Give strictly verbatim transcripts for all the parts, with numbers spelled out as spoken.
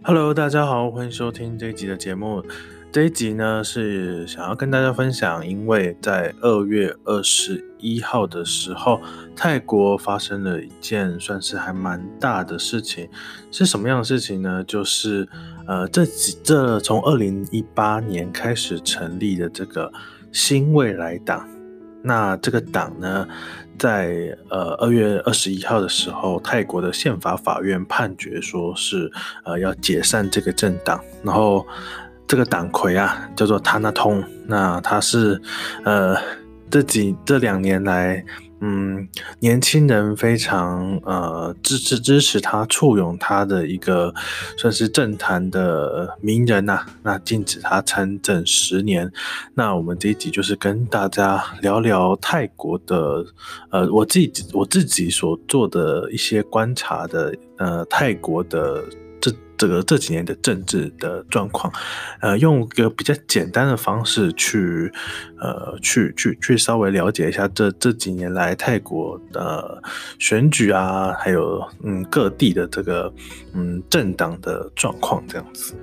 Hello，大家好，欢迎收听这一集的节目。这一集呢是想要跟大家分享，因为在二月二十一号的时候，泰国发生了一件算是还蛮大的事情。是什么样的事情呢？就是呃，这几这从二零一八年开始成立的这个新未来党。那这个党呢，在呃二月二十一号的时候，泰国的宪法法院判决说是呃要解散这个政党，然后这个党魁啊叫做塔纳通，那他是呃这几这两年来。嗯，年轻人非常呃支持支持他、簇拥他的一个算是政坛的名人呐、啊。那禁止他参政十年。那我们这一集就是跟大家聊聊泰国的呃我自己我自己所做的一些观察的呃泰国的。这这个这几年的政治的状况，呃，用一个比较简单的方式去，呃，去去去稍微了解一下这这几年来泰国的选举啊，还有嗯各地的这个嗯政党的状况这样子。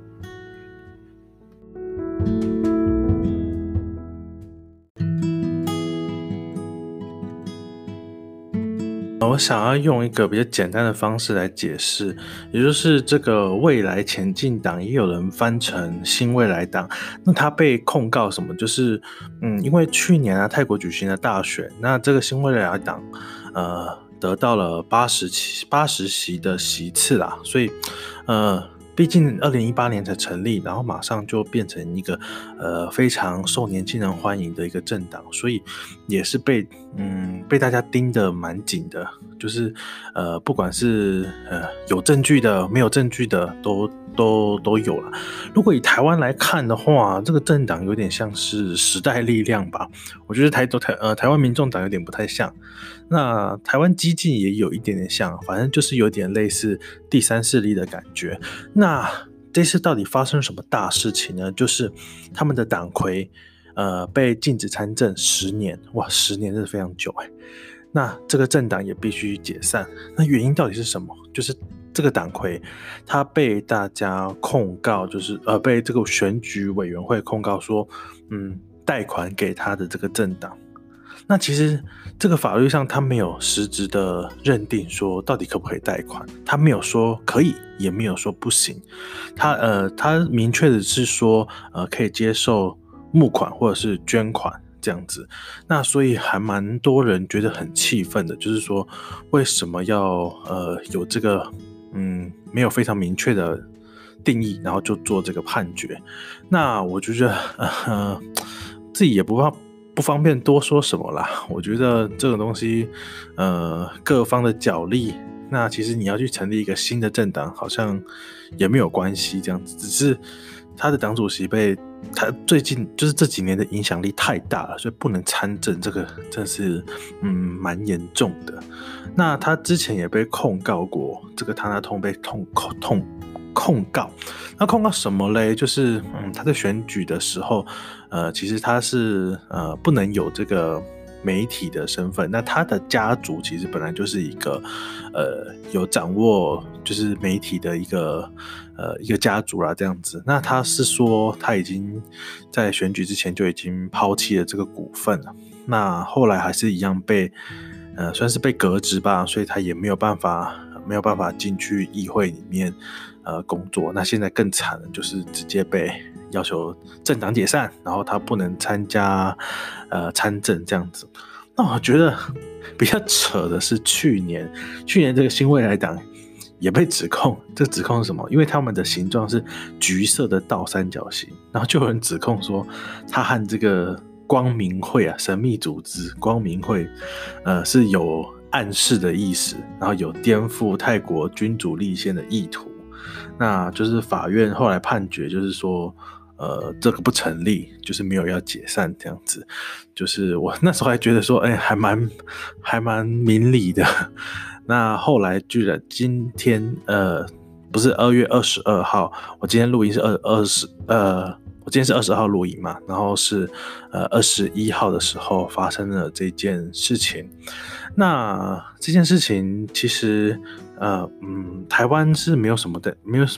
我想要用一个比较简单的方式来解释，也就是这个未来前进党，也有人翻成新未来党。那他被控告什么？就是嗯，因为去年啊泰国举行了大选，那这个新未来党呃得到了八十七八十席的席次啦，所以呃。毕竟二零一八年才成立，然后马上就变成一个呃非常受年轻人欢迎的一个政党，所以也是被嗯被大家盯得蛮紧的，就是呃不管是呃有证据的、没有证据的都都都有了。如果以台湾来看的话，这个政党有点像是时代力量吧，我觉得台台呃台湾民众党有点不太像。那台湾激进也有一点点像，反正就是有点类似第三势力的感觉。那这次到底发生什么大事情呢？就是他们的党魁呃被禁止参政十年，哇，十年真是非常久哎。那这个政党也必须解散，那原因到底是什么？就是这个党魁他被大家控告，就是呃被这个选举委员会控告说，嗯，贷款给他的这个政党。那其实这个法律上他没有实质的认定说到底可不可以贷款，他没有说可以，也没有说不行。他呃他明确的是说呃可以接受募款或者是捐款这样子。那所以还蛮多人觉得很气愤的，就是说为什么要呃有这个嗯没有非常明确的定义，然后就做这个判决。那我就觉得呃自己也不怕。不方便多说什么啦，我觉得这个东西，呃，各方的角力，那其实你要去成立一个新的政党，好像也没有关系，这样子，只是他的党主席被他最近就是这几年的影响力太大了，所以不能参政，这个真是嗯蛮严重的。那他之前也被控告过，这个塔纳通被痛痛控告，那控告什么嘞？就是嗯他在选举的时候。呃，其实他是呃不能有这个媒体的身份。那他的家族其实本来就是一个呃有掌握就是媒体的一个呃一个家族啦，这样子。那他是说他已经在选举之前就已经抛弃了这个股份了。那后来还是一样被呃算是被革职吧，所以他也没有办法没有办法进去议会里面呃工作。那现在更惨了，就是直接被。要求政党解散，然后他不能参加呃参政这样子。那我觉得比较扯的是去年，去年这个新未来党也被指控，这指控是什么？因为他们的形状是橘色的倒三角形，然后就有人指控说他和这个光明会啊，神秘组织光明会，呃是有暗示的意思，然后有颠覆泰国君主立宪的意图。那就是法院后来判决，就是说。呃，这个不成立，就是没有要解散这样子。就是我那时候还觉得说，哎、欸，还蛮还蛮明理的。那后来居然今天，呃，不是二月二十二号，我今天录音是二二十，呃，我今天是二十号录音嘛，然后是呃二十一号的时候发生了这件事情。那这件事情其实，呃，嗯，台湾是没有什么的，没有什么。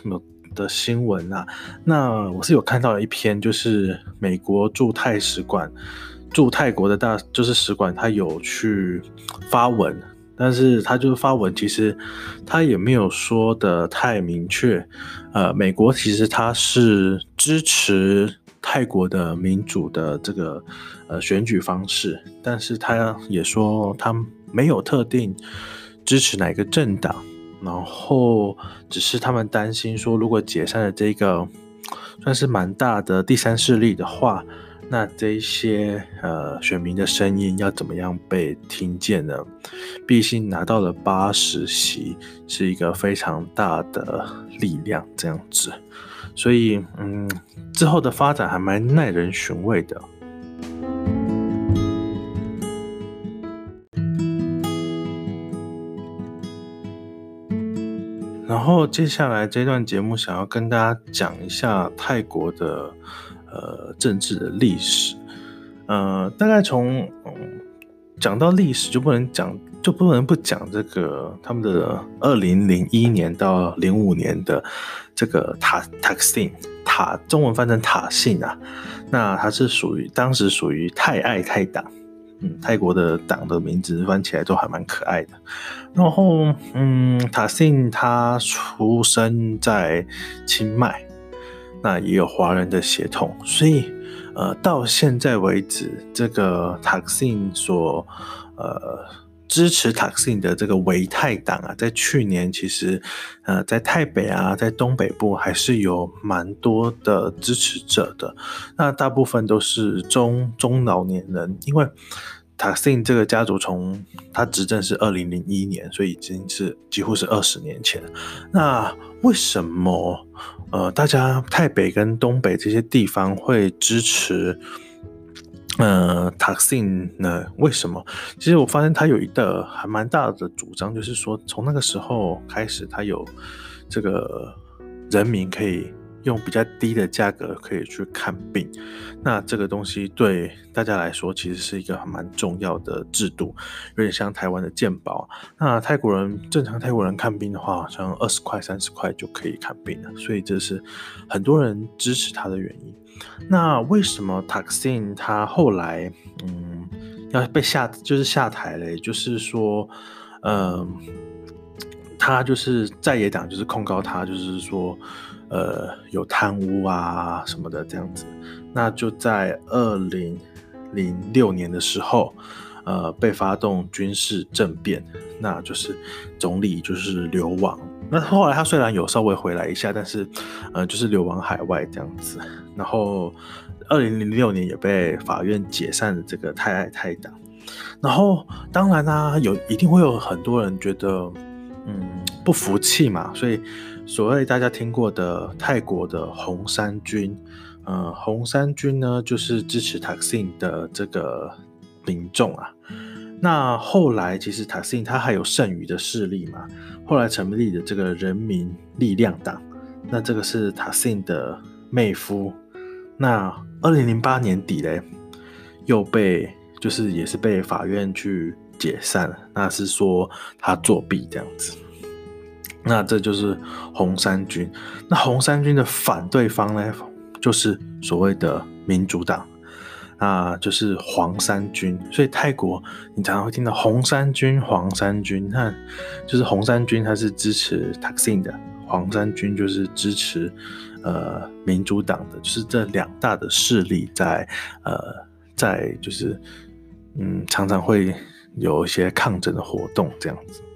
的新闻啊，那我是有看到一篇，就是美国驻泰使馆驻泰国的大就是使馆，他有去发文，但是他就是发文，其实他也没有说的太明确。呃，美国其实他是支持泰国的民主的这个呃选举方式，但是他也说他没有特定支持哪个政党，然后只是他们担心说，如果解散了这个算是蛮大的第三势力的话，那这一些呃选民的声音要怎么样被听见呢？毕竟拿到了八十席，是一个非常大的力量，这样子，所以嗯，之后的发展还蛮耐人寻味的。然后接下来这段节目想要跟大家讲一下泰国的呃政治的历史。呃，大概从嗯讲到历史就不能讲就不能不讲这个他们的二零零一年到零五年的这个塔塔信塔中文翻成塔信啊，那它是属于当时属于泰爱泰党。嗯，泰国的党的名字翻起来都还蛮可爱的。然后，嗯，塔信他出生在清迈，那也有华人的血统，所以，呃，到现在为止，这个塔信所，呃。支持塔信的这个维泰党啊，在去年其实，呃，在泰北啊，在东北部还是有蛮多的支持者的。那大部分都是中中老年人，因为塔信这个家族从他执政是二零零一年，所以已经是几乎是二十年前。那为什么呃大家泰北跟东北这些地方会支持？呃，塔信呢？为什么？其实我发现他有一个还蛮大的主张，就是说从那个时候开始，他有这个人民可以用比较低的价格可以去看病。那这个东西对大家来说，其实是一个蛮重要的制度，有点像台湾的健保。那泰国人正常泰国人看病的话，好像二十块、三十块就可以看病了，所以这是很多人支持他的原因。那为什么塔信他后来嗯要被下就是下台了？也就是说，嗯，他就是在野党就是控告他，就是说呃有贪污啊什么的这样子。那就在二零零六年的时候，呃被发动军事政变，那就是总理就是流亡。那后来他虽然有稍微回来一下，但是呃就是流亡海外这样子。然后二零零六年也被法院解散了这个泰爱泰党。然后当然啦、啊，有一定会有很多人觉得嗯不服气嘛，所以所谓大家听过的泰国的红衫军，呃红衫军呢就是支持塔信的这个民众啊。那后来其实塔信他还有剩余的势力嘛，后来成立的这个人民力量党，那这个是塔信的妹夫。那二零零八年底嘞，又被就是也是被法院去解散了，那是说他作弊这样子。那这就是红衫军。那红衫军的反对方呢，就是所谓的民主党，那就是黄衫军。所以泰国你常常会听到红衫军、黄衫军，那就是红衫军他是支持塔信的，黄衫军就是支持呃民主党的，就是这两大的势力在呃在就是嗯常常会有一些抗争的活动这样子。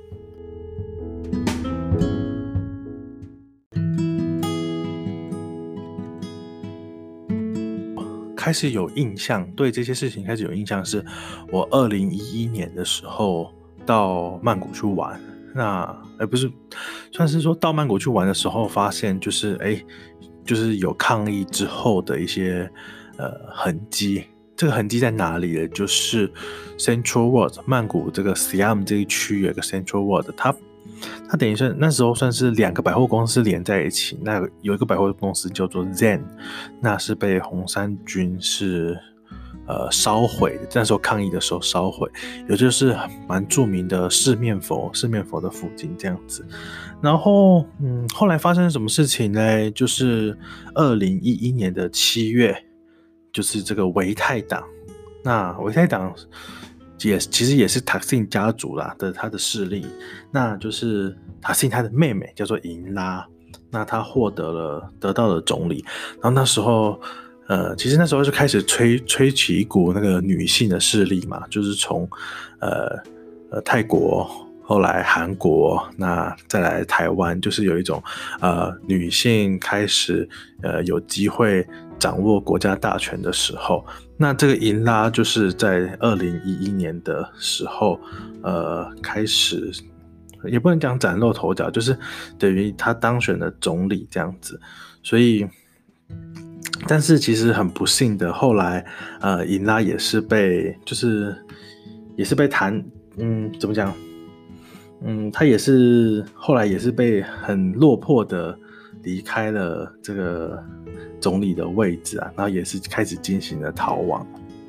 开始有印象，对这些事情开始有印象，是我二零一一年的时候到曼谷去玩。那哎，不是，算是说到曼谷去玩的时候，发现就是哎，就是有抗议之后的一些呃痕迹。这个痕迹在哪里呢？就是 Central World 曼谷这个 Siam 这一区有一个 Central World， 它它等于是那时候算是两个百货公司连在一起。那有一个百货公司叫做 Zen， 那是被红衫军是呃烧毁，那时候抗议的时候烧毁，也就是蛮著名的四面佛四面佛的附近这样子。然后嗯，后来发生什么事情呢？就是二零一一年的七月，就是这个维泰党。那维泰党也其实也是塔克辛家族啦的他的势力，那就是塔克辛他的妹妹叫做银拉，那他获得了得到了总理，然后那时候呃，其实那时候就开始吹吹起一股那个女性的势力嘛，就是从呃呃泰国，后来韩国，那再来台湾，就是有一种呃女性开始呃有机会掌握国家大权的时候。那这个银拉就是在二零一一年的时候，呃，开始也不能讲崭露头角，就是等于他当选了总理这样子。所以，但是其实很不幸的，后来呃，银拉也是被就是也是被弹，嗯，怎么讲？嗯，他也是后来也是被很落魄的离开了这个总理的位置啊，然后也是开始进行了逃亡。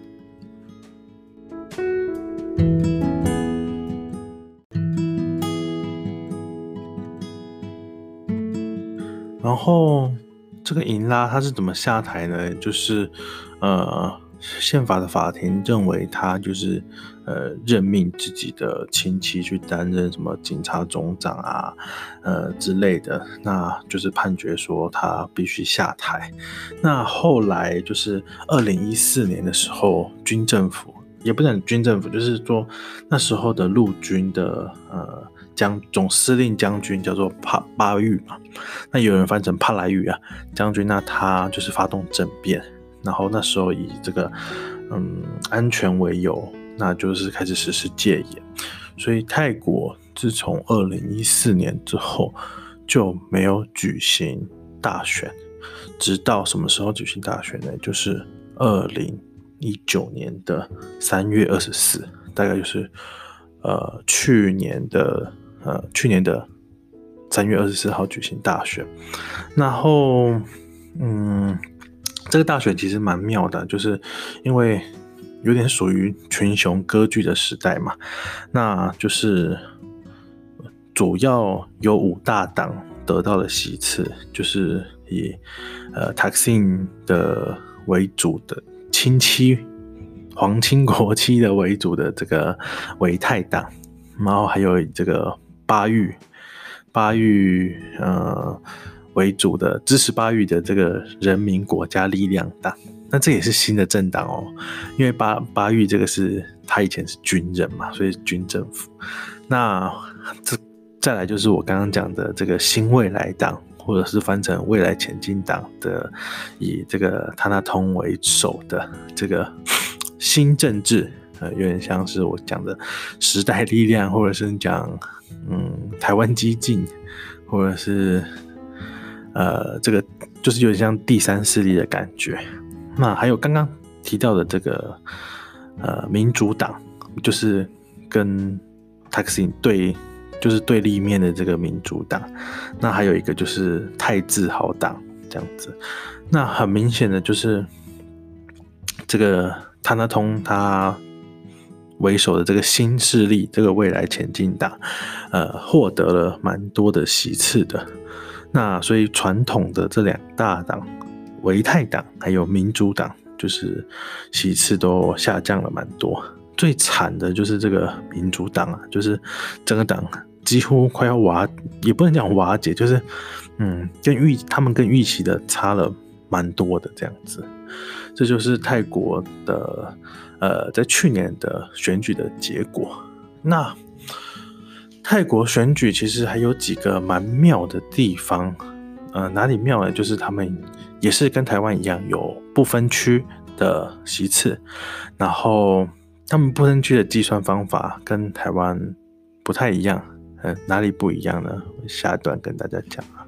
然后这个银拉他是怎么下台呢？就是呃，宪法的法庭认为他就是呃任命自己的亲戚去担任什么警察总长啊呃之类的，那就是判决说他必须下台。那后来就是二零一四年的时候，军政府也不是军政府，就是说那时候的陆军的呃将总司令将军叫做帕巴育嘛，那有人翻成帕莱育啊将军，那他就是发动政变，然后那时候以这个嗯安全为由，那就是开始实施戒严。所以泰国自从二零一四年之后就没有举行大选，直到什么时候举行大选呢？就是二零一九年的三月二十四，大概就是呃去年的呃去年的三月二十四号举行大选。然后嗯，这个大选其实蛮妙的，就是因为有点属于群雄割据的时代嘛，那就是主要有五大党得到的席次，就是以呃塔克辛的为主的亲戚，皇亲国戚的为主的这个维泰党，然后还有以这个巴育巴育呃为主的支持巴育的这个人民国家力量党。那这也是新的政党哦，因为巴巴育这个是他以前是军人嘛，所以是军政府。那这再来就是我刚刚讲的这个新未来党，或者是翻成未来前进党的，以这个塔纳通为首的这个新政治，呃，有点像是我讲的时代力量，或者是讲嗯台湾激进，或者是呃这个就是有点像第三势力的感觉。那还有刚刚提到的这个呃民主党，就是跟塔克辛对就是对立面的这个民主党。那还有一个就是泰自豪党这样子。那很明显的就是这个塔纳通他为首的这个新势力，这个未来前进党，呃，获得了蛮多的席次的。那所以传统的这两大党，维泰党还有民主党，就是席次都下降了蛮多。最惨的就是这个民主党啊，就是整个党几乎快要瓦，也不能讲瓦解，就是嗯，跟预他们跟预期的差了蛮多的这样子。这就是泰国的呃，在去年的选举的结果。那泰国选举其实还有几个蛮妙的地方，呃，哪里妙呢？就是他们也是跟台湾一样有不分区的席次，然后他们不分区的计算方法跟台湾不太一样，呃，哪里不一样呢？下一段跟大家讲啊。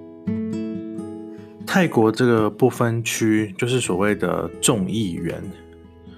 泰国这个不分区就是所谓的众议员，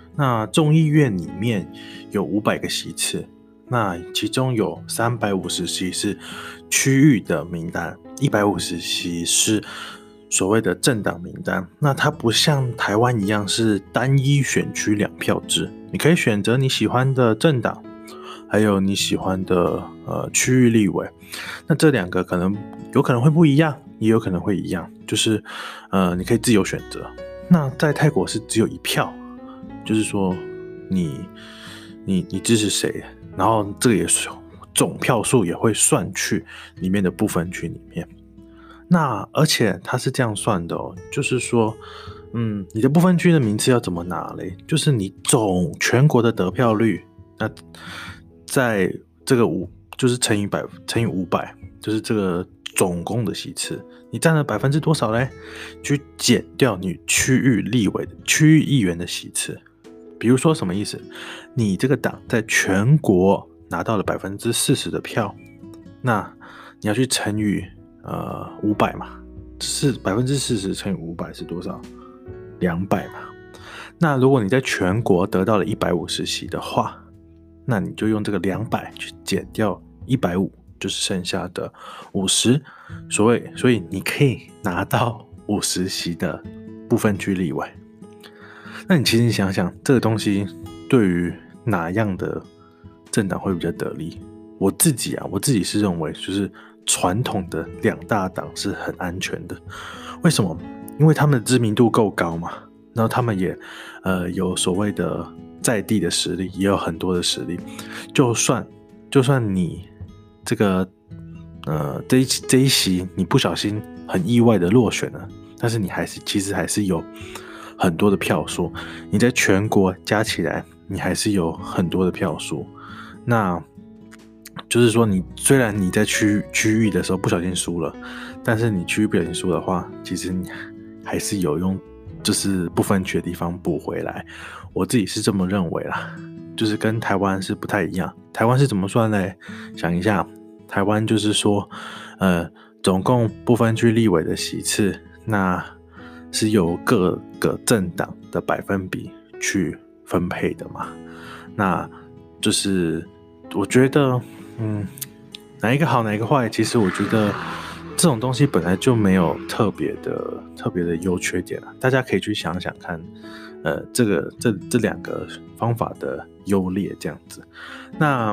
那众议院里面有五百个席次，那其中有三百五十席是区域的名单，一百五十席是所谓的政党名单。那它不像台湾一样是单一选区两票制，你可以选择你喜欢的政党，还有你喜欢的呃区域立委。那这两个可能有可能会不一样，也有可能会一样，就是呃你可以自由选择。那在泰国是只有一票，就是说你你你支持谁，然后这个也是总票数也会算去里面的不分区里面。那而且它是这样算的哦，就是说嗯你的不分区的名次要怎么拿嘞？就是你总全国的得票率，那在这个五就是乘以百乘以五百，就是这个总共的席次，你占了百分之多少嘞？去减掉你区域立委的区域议员的席次。比如说什么意思？你这个党在全国拿到了百分之四十的票，那你要去乘以呃五百嘛，是百分之四十乘以五百是多少？两百嘛。那如果你在全国得到了一百五十席的话，那你就用这个两百去减掉一百五，就是剩下的五十。所谓，所以你可以拿到五十席的不分区立委。那你其实你想想，这个东西对于哪样的政党会比较得利？我自己啊，我自己是认为，就是传统的两大党是很安全的。为什么？因为他们的知名度够高嘛，然后他们也呃有所谓的在地的实力，也有很多的实力。就算就算你这个呃这一这一席你不小心很意外的落选了，但是你还是其实还是有很多的票数，你在全国加起来，你还是有很多的票数。那就是说，你虽然你在区区域的时候不小心输了，但是你区域不小心输的话，其实你还是有用，就是不分区的地方补回来。我自己是这么认为啦，就是跟台湾是不太一样。台湾是怎么算呢？想一下，台湾就是说，呃，总共不分区立委的席次，那是由各个政党的百分比去分配的嘛。那就是我觉得，嗯，哪一个好哪一个坏，其实我觉得这种东西本来就没有特别的特别的优缺点啊，大家可以去想想看，呃，这个这这两个方法的优劣这样子。那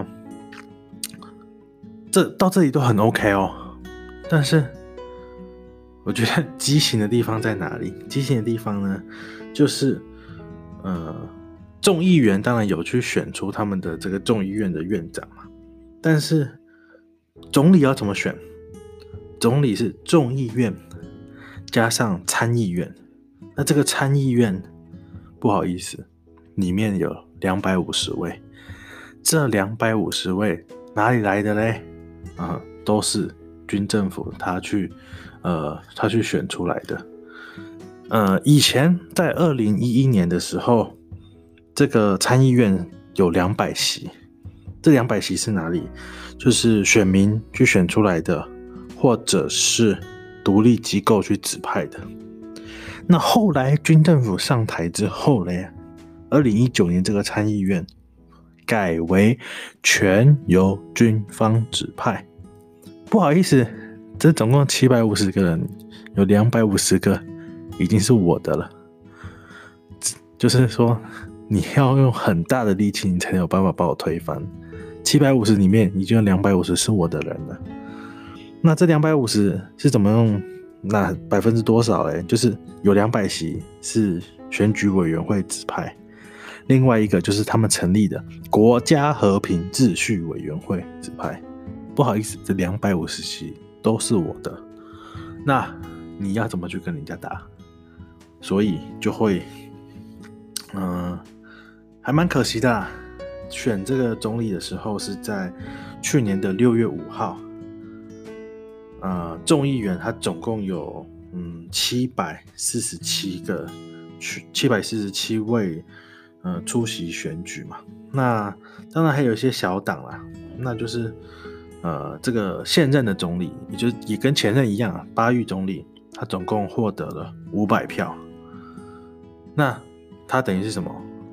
这到这里都很 OK 哦，但是我觉得畸形的地方在哪里？畸形的地方呢，就是呃，众议员当然有去选出他们的这个众议院的院长嘛，但是总理要怎么选？总理是众议院加上参议院，那这个参议院不好意思，里面有两百五十位，这两百五十位哪里来的嘞？啊、嗯，都是军政府他去呃他去选出来的。呃，以前在二零一一年的时候，这个参议院有两百席，这两百席是哪里？就是选民去选出来的，或者是独立机构去指派的。那后来军政府上台之后呢，二零一九年这个参议院改为全由军方指派。不好意思，这总共七百五十个人，有两百五十个已经是我的了。就是说，你要用很大的力气，你才有办法把我推翻。七百五十里面已经有两百五十是我的人了。那这两百五十是怎么用？那百分之多少嘞？就是有两百席是选举委员会指派，另外一个就是他们成立的国家和平秩序委员会指派。不好意思，这两百五十席都是我的。那你要怎么去跟人家打？所以就会，嗯、呃，还蛮可惜的啦。选这个总理的时候是在去年的六月五号。呃，众议员他总共有嗯七百四十七个，七百四十七位呃出席选举嘛。那当然还有一些小党啦，那就是呃这个现任的总理，也就是也跟前任一样啊，巴育总理他总共获得了五百票。那他等于是什么？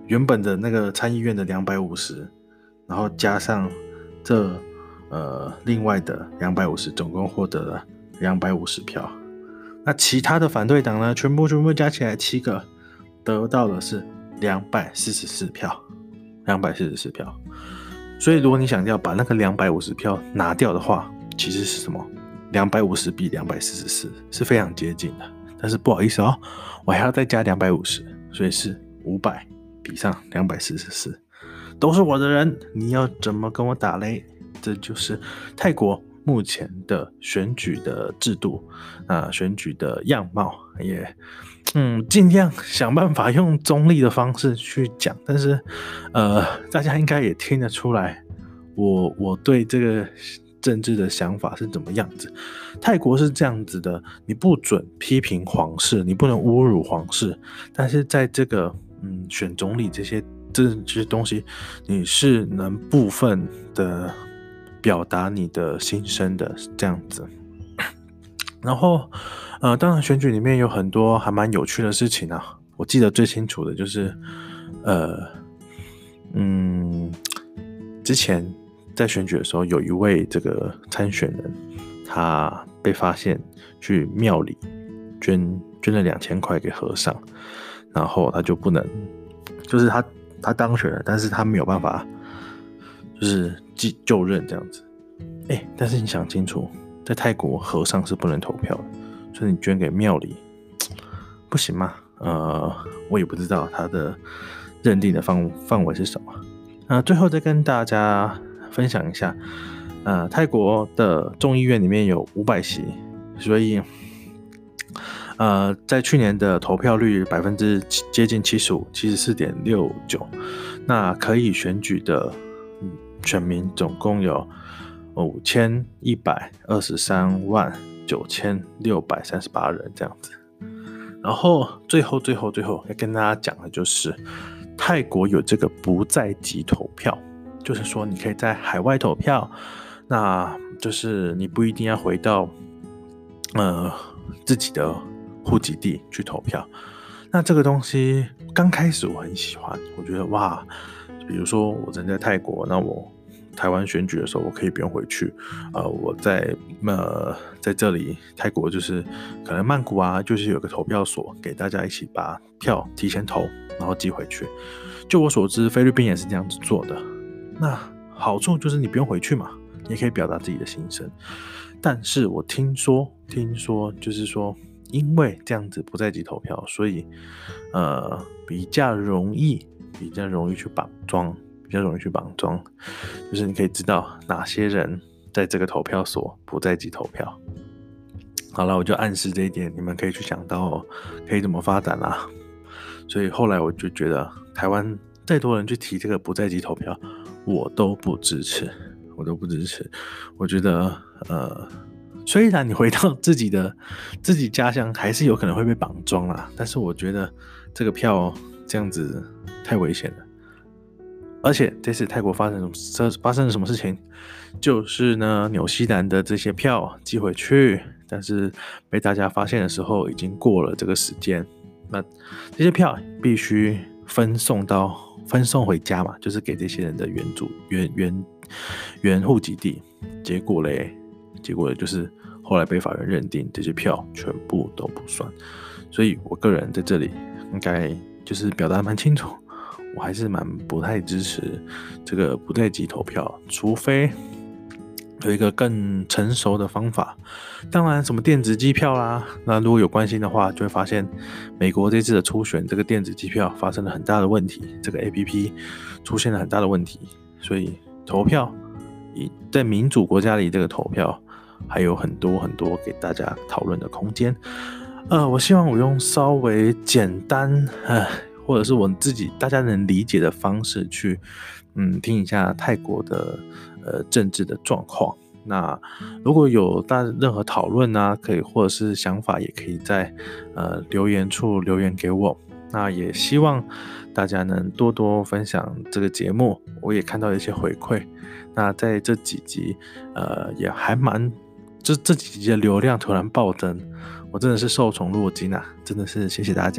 原本的那个参议院的两百五十，然后加上这呃另外的两百五十，总共获得了两百五十票。那其他的反对党呢，全部全部加起来七个，得到的是两百四十四票，两百四十四票。所以如果你想要把那个两百五十票拿掉的话，其实是什么？两百五十比两百四十四是非常接近的。但是不好意思哦，我还要再加两百五十，所以是五百比上两百四十四，都是我的人，你要怎么跟我打嘞？这就是泰国目前的选举的制度，呃、选举的样貌，也嗯尽量想办法用中立的方式去讲，但是呃大家应该也听得出来，我我对这个政治的想法是怎么样子。泰国是这样子的，你不准批评皇室，你不能侮辱皇室，但是在这个嗯选总理这些这这些东西，你是能部分的表达你的心声的，这样子。然后呃当然选举里面有很多还蛮有趣的事情啊，我记得最清楚的就是呃嗯之前在选举的时候，有一位这个参选人，他被发现去庙里捐捐了两千块给和尚，然后他就不能，就是他他当选了，但是他没有办法，就是就任这样子。哎，但是你想清楚，在泰国和尚是不能投票的，所以你捐给庙里不行吗？呃，我也不知道他的认定的范范围是什么。呃，最后再跟大家分享一下，呃，泰国的众议院里面有五百席，所以，呃，在去年的投票率百分之接近七十五，七十四点六九，那可以选举的、嗯、选民总共有五千一百二十三万九千六百三十八人这样子。然后最后最后最后要跟大家讲的就是，泰国有这个不在籍投票。就是说你可以在海外投票，那就是你不一定要回到呃自己的户籍地去投票。那这个东西刚开始我很喜欢，我觉得哇，比如说我人在泰国，那我台湾选举的时候我可以不用回去，呃，我在呃在这里泰国就是可能曼谷啊，就是有个投票所给大家一起把票提前投，然后寄回去。就我所知，菲律宾也是这样子做的。那好处就是你不用回去嘛，你也可以表达自己的心声。但是我听说，听说就是说，因为这样子不在籍投票，所以呃比较容易，比较容易去绑桩，比较容易去绑桩。就是你可以知道哪些人在这个投票所不在籍投票。好了，我就暗示这一点，你们可以去想到可以怎么发展啦。所以后来我就觉得，台湾再多人去提这个不在籍投票，我都不支持，我都不支持。我觉得，呃，虽然你回到自己的自己家乡，还是有可能会被绑桩啦，但是我觉得这个票这样子太危险了。而且这次泰国发生什么发生了什么事情？就是呢，纽西兰的这些票寄回去，但是被大家发现的时候，已经过了这个时间。那这些票必须分送到分送回家嘛，就是给这些人的原主原原原户籍地。结果嘞，结果就是后来被法院认定这些票全部都不算。所以我个人在这里应该就是表达蛮清楚，我还是蛮不太支持这个不在籍投票，除非有一个更成熟的方法。当然什么电子机票啦，那如果有关心的话，就会发现美国这次的初选这个电子机票发生了很大的问题，这个 A P P 出现了很大的问题，所以投票在民主国家里这个投票还有很多很多给大家讨论的空间。呃，我希望我用稍微简单呃或者是我自己大家能理解的方式去嗯听一下泰国的呃政治的状况。那如果有大任何讨论啊，可以或者是想法，也可以在呃留言处留言给我。那也希望大家能多多分享这个节目，我也看到一些回馈。那在这几集呃也还蛮这这几集的流量突然暴增，我真的是受宠若惊啊，真的是谢谢大家。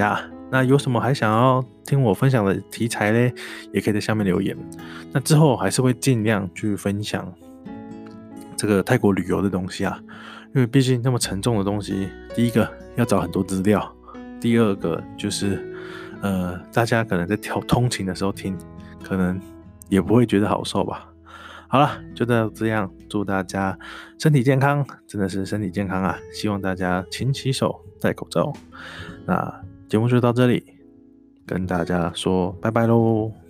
那有什么还想要听我分享的题材嘞，也可以在下面留言。那之后还是会尽量去分享这个泰国旅游的东西啊，因为毕竟那么沉重的东西，第一个要找很多资料，第二个就是呃，大家可能在跳通勤的时候听，可能也不会觉得好受吧。好了，就到这样，祝大家身体健康，真的是身体健康啊！希望大家勤洗手，戴口罩。那节目就到这里，跟大家说拜拜喽。